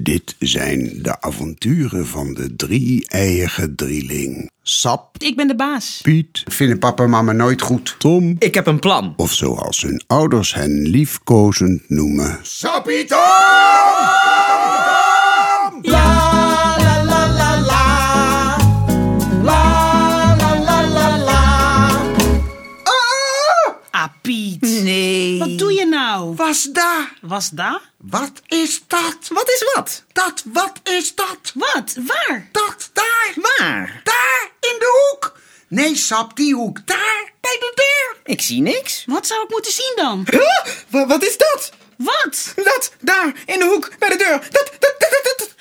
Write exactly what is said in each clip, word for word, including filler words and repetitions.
Dit zijn de avonturen van de drie-eiige drieling. Sap. Ik ben de baas. Piet. Vinden papa en mama nooit goed. Tom. Ik heb een plan. Of zoals hun ouders hen liefkozend noemen. Sappie Tom! La la la la la. La la la la la. Ah! Ah, Piet. Nee. Wat doe je nou? Was daar? Was dat? Wat is dat? Wat is wat? Dat, wat is dat? Wat? Waar? Dat, daar. Waar? Daar, in de hoek. Nee, Sap, die hoek. Daar, bij de deur. Ik zie niks. Wat zou ik moeten zien dan? Huh? Wa- Wat is dat? Wat? Dat, daar, in de hoek, bij de deur. Dat, dat, dat, dat, dat.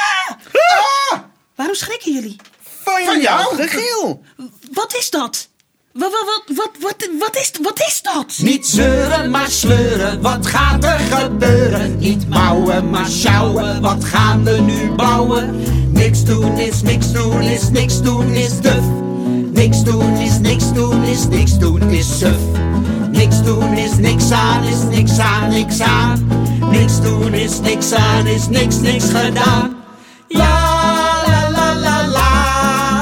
Ah! Waarom schrikken jullie? Van, Van jou? jou, gegil. Wat is dat? Wat, wat, wat, wat, wat, is, wat is dat? Niet zeuren, maar sleuren, wat gaat er gebeuren? Niet mouwen, maar sjouwen, wat gaan we nu bouwen? Niks doen is niks doen is niks doen is duf. Niks doen is niks doen is niks doen is suf. Niks doen is niks aan is niks aan niks aan. Niks doen is niks aan is niks niks gedaan. La la la la la.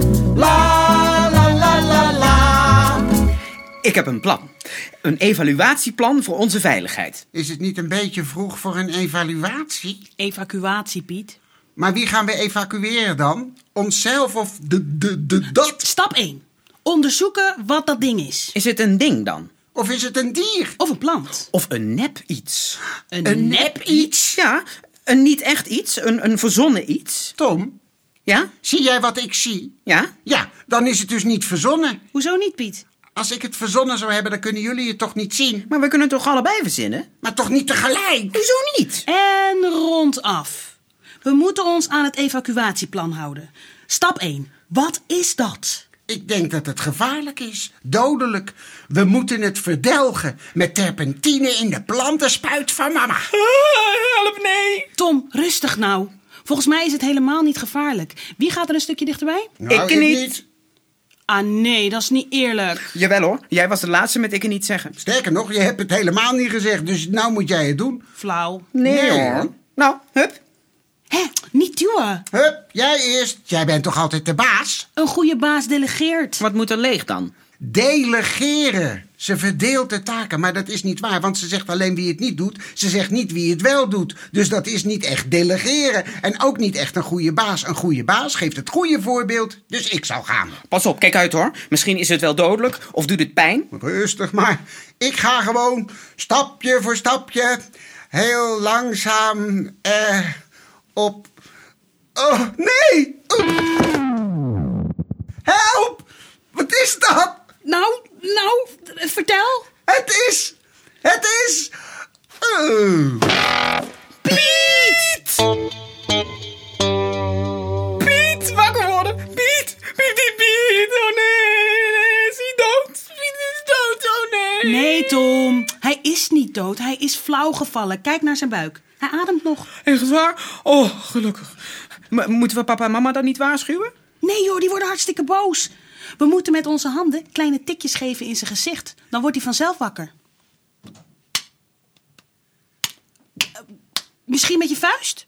La la la la la. Ik heb een plan. Een evaluatieplan voor onze veiligheid. Is het niet een beetje vroeg voor een evaluatie? Evacuatie, Piet. Maar wie gaan we evacueren dan? Onszelf of de, de, de, dat? Stap één. Onderzoeken wat dat ding is. Is het een ding dan? Of is het een dier? Of een plant. Of een nep iets? Een, Een nep nep iets. Ja, een niet echt iets, een, een verzonnen iets. Tom, Ja? zie jij wat ik zie? Ja? Ja, dan is het dus niet verzonnen. Hoezo niet, Piet? Als ik het verzonnen zou hebben, dan kunnen jullie het toch niet zien? Maar we kunnen het toch allebei verzinnen? Maar toch niet tegelijk? Hoezo niet? En rondaf. We moeten ons aan het evacuatieplan houden. Stap één. Wat is dat? Ik denk dat het gevaarlijk is. Dodelijk. We moeten het verdelgen met terpentine in de plantenspuit van mama. Help, nee. Tom, rustig nou. Volgens mij is het helemaal niet gevaarlijk. Wie gaat er een stukje dichterbij? Nou, Ik niet. Ah nee, dat is niet eerlijk. Jawel hoor, jij was de laatste met ik en niet zeggen. Sterker nog, je hebt het helemaal niet gezegd, dus nou moet jij het doen. Flauw. Nee, hoor. Nou, hup. Hé, niet duwen. Hup, jij eerst. Jij bent toch altijd de baas? Een goede baas delegeert. Wat moet er leeg dan? Delegeren. Ze verdeelt de taken, maar dat is niet waar, want ze zegt alleen wie het niet doet. Ze zegt niet wie het wel doet. Dus dat is niet echt delegeren. En ook niet echt een goede baas. Een goede baas geeft het goede voorbeeld, dus ik zou gaan. Pas op, kijk uit hoor. Misschien is het wel dodelijk of doet het pijn. Rustig maar. Ik ga gewoon stapje voor stapje, heel langzaam, eh, op... Oh, nee! Help! Wat is dat? Nou, nou, vertel. Het is... Het is... Uh. Piet! Piet, wakker worden. Piet, Piet, Piet, Piet. Oh nee, is hij dood? Piet is dood, oh nee. Nee, Tom. Hij is niet dood. Hij is flauw gevallen. Kijk naar zijn buik. Hij ademt nog. Echt waar? Oh, gelukkig. Maar moeten we papa en mama dan niet waarschuwen? Nee joh, die worden hartstikke boos. We moeten met onze handen kleine tikjes geven in zijn gezicht. Dan wordt hij vanzelf wakker. Uh, misschien met je vuist?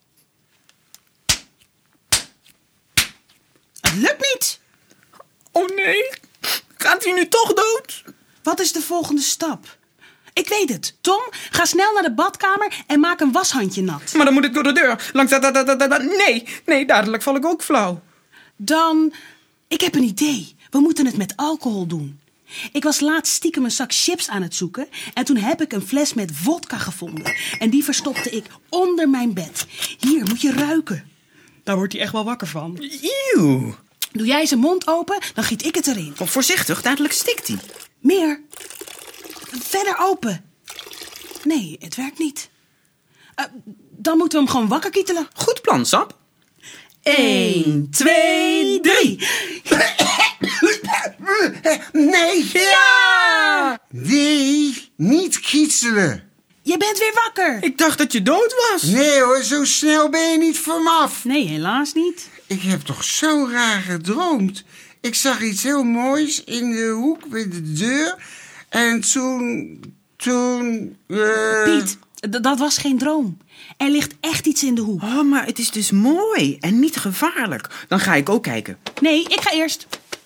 Het lukt niet. Oh nee, gaat hij nu toch dood? Wat is de volgende stap? Ik weet het. Tom, ga snel naar de badkamer en maak een washandje nat. Maar dan moet ik door de deur. Langs dat, dat, dat, dat, dat. Nee, nee, dadelijk val ik ook flauw. Dan, ik heb een idee. We moeten het met alcohol doen. Ik was laatst stiekem een zak chips aan het zoeken en toen heb ik een fles met vodka gevonden. En die verstopte ik onder mijn bed. Hier, moet je ruiken. Daar wordt hij echt wel wakker van. Eeuw. Doe jij zijn mond open, dan giet ik het erin. Kom voorzichtig, dadelijk stikt hij. Meer. Verder open. Nee, het werkt niet. Uh, dan moeten we hem gewoon wakker kietelen. Goed plan, Sap. Eén, twee, drie. Nee. Ja! Nee, niet kietselen. Je bent weer wakker. Ik dacht dat je dood was. Nee hoor, zo snel ben je niet van me af. Nee, helaas niet. Ik heb toch zo raar gedroomd. Ik zag iets heel moois in de hoek bij de deur. En toen... toen... Uh... Piet, D- dat was geen droom. Er ligt echt iets in de hoek. Oh, maar het is dus mooi en niet gevaarlijk. Dan ga ik ook kijken. Nee, ik ga eerst.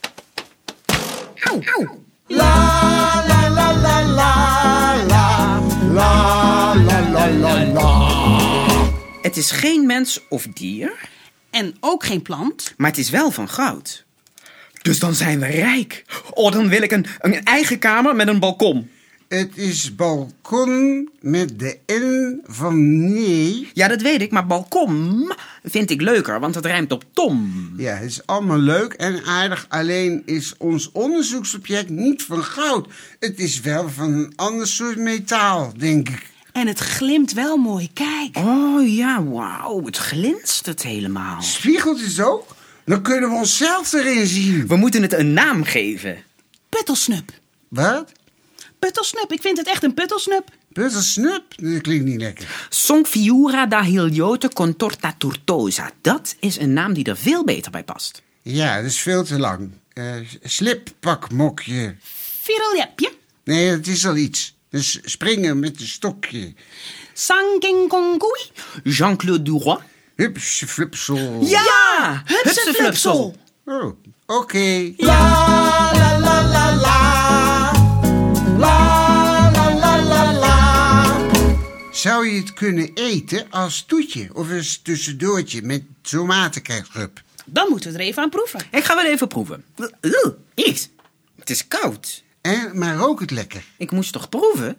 Auw, auw. La la la la la la la la la la la. Het is geen mens of dier, En ook geen plant. maar het is wel van goud. Dus dan zijn we rijk. Oh, dan wil ik een, een eigen kamer met een balkon. Het is balkon met de N van nee. Ja, dat weet ik, maar balkon vind ik leuker, want het rijmt op Tom. Ja, het is allemaal leuk en aardig. Alleen is ons onderzoeksobject niet van goud. Het is wel van een ander soort metaal, denk ik. En het glimt wel mooi, kijk. Oh ja, wauw, het glinstert helemaal. Spiegelt het ook? Dan kunnen we onszelf erin zien. We moeten het een naam geven. Puttelsnup. Wat? Puttelsnup, ik vind het echt een puttelsnup. Puttelsnup? Dat klinkt niet lekker. Sonfiura da Hiliote contorta tortosa. Dat is een naam die er veel beter bij past. Ja, dat is veel te lang. Uh, slippakmokje. Vireljepje. Nee, dat is al iets. Dus springen met een stokje. Sankinkongkoei. Jean-Claude Duroy. Hupsje flupsel. Ja! Hupseflupsel. Oh, oké. Okay. La la la la la. La la la la la. Zou je het kunnen eten als toetje of als tussendoortje met tomatenketchup? Dan moeten we er even aan proeven. Ik ga wel even proeven. Ugh, Iets. Het is koud. En, maar rook het lekker. Ik moest toch proeven?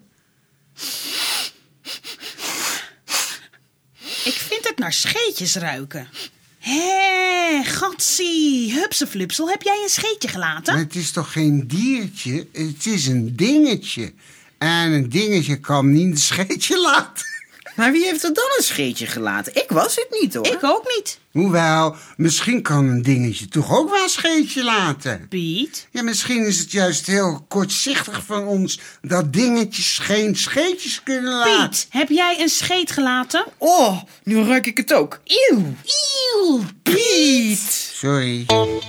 Ik vind het naar scheetjes ruiken. Hé, gatsie. Hupseflupsel, heb jij een scheetje gelaten? Maar het is toch geen diertje? Het is een dingetje. En een dingetje kan niet een scheetje laten. Maar wie heeft er dan een scheetje gelaten? Ik was het niet, hoor. Ik ook niet. Hoewel, misschien kan een dingetje toch ook wel een scheetje laten. Piet? Ja, misschien is het juist heel kortzichtig van ons dat dingetjes geen scheetjes kunnen laten. Piet, heb jij een scheet gelaten? Oh, nu ruik ik het ook. Eeuw. Eeuw, Piet. Sorry.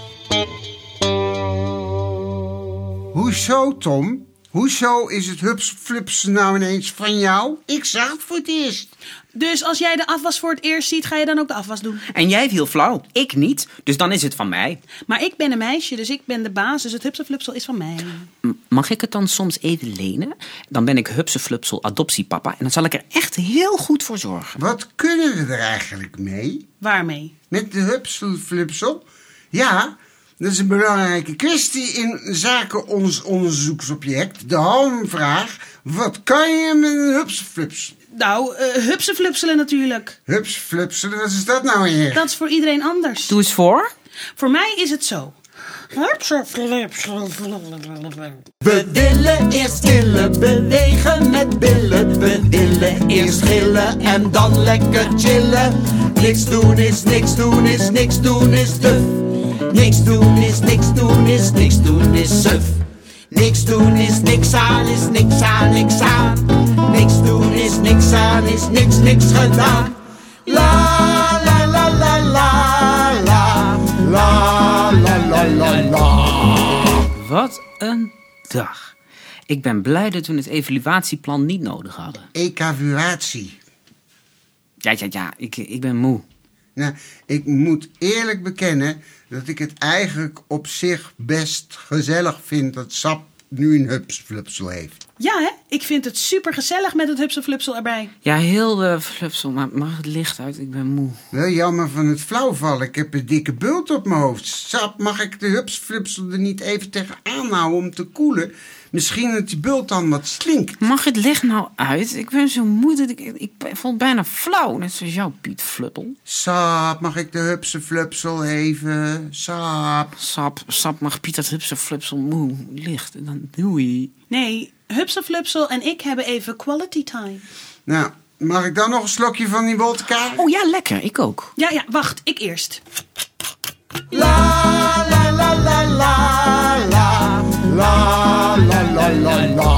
Hoezo, Tom? Hoezo is het hupsflups nou ineens van jou? Ik zag het voor het eerst. Dus als jij de afwas voor het eerst ziet, ga je dan ook de afwas doen? En jij viel flauw. Ik niet. Dus dan is het van mij. Maar ik ben een meisje, dus ik ben de baas, dus het hupseflupsel is van mij. M- Mag ik het dan soms even lenen? Dan ben ik hupseflupsel adoptiepapa en dan zal ik er echt heel goed voor zorgen. Wat kunnen we er eigenlijk mee? Waarmee? Met de hupsflupsel? Ja, dat is een belangrijke kwestie in zaken ons onderzoeksobject. De hamvraag, wat kan je met een hupsflups? Nou, uh, hupseflupselen natuurlijk. Hupsflupselen, wat is dat nou weer? Dat is voor iedereen anders. Doe eens voor. Voor mij is het zo. We willen eerst chillen, bewegen met billen. We willen eerst gillen en dan lekker chillen. Niks doen is niks doen is niks doen is duf. Niks doen is niks doen is niks doen is suf. Niks doen is niks aan is niks aan niks aan. Niks doen is niks aan is niks niks gedaan. La la la la la la la la la la la. Wat een dag. Ik ben blij dat we het evaluatieplan niet nodig hadden. Evaluatie. Ja, ja, ja. Ik, ik ben moe. Nou, ik moet eerlijk bekennen dat ik het eigenlijk op zich best gezellig vind dat Sap nu een hupsflupsel heeft. Ja, hè? Ik vind het super gezellig met het hupseflupsel erbij. Ja, heel uh, flupsel, maar mag het licht uit? Ik ben moe. Wel jammer van het flauwvallen. Ik heb een dikke bult op mijn hoofd. Sap, mag ik de hupsflupsel er niet even tegenaan houden om te koelen? Misschien dat die bult dan wat slinkt. Mag het licht nou uit? Ik ben zo moe dat ik... Ik vond bijna flauw, net zoals jou, Piet Fluppel. Sap, mag ik de hupseflupsel even? Sap. Sap, sap, mag Piet dat hupse flupsel moe licht? En dan doei. Nee, hupseflupsel en ik hebben even quality time. Nou, mag ik dan nog een slokje van die wodka? Oh ja, lekker. Ik ook. Ja, ja, wacht, ik eerst. La la la la la la la la la la la.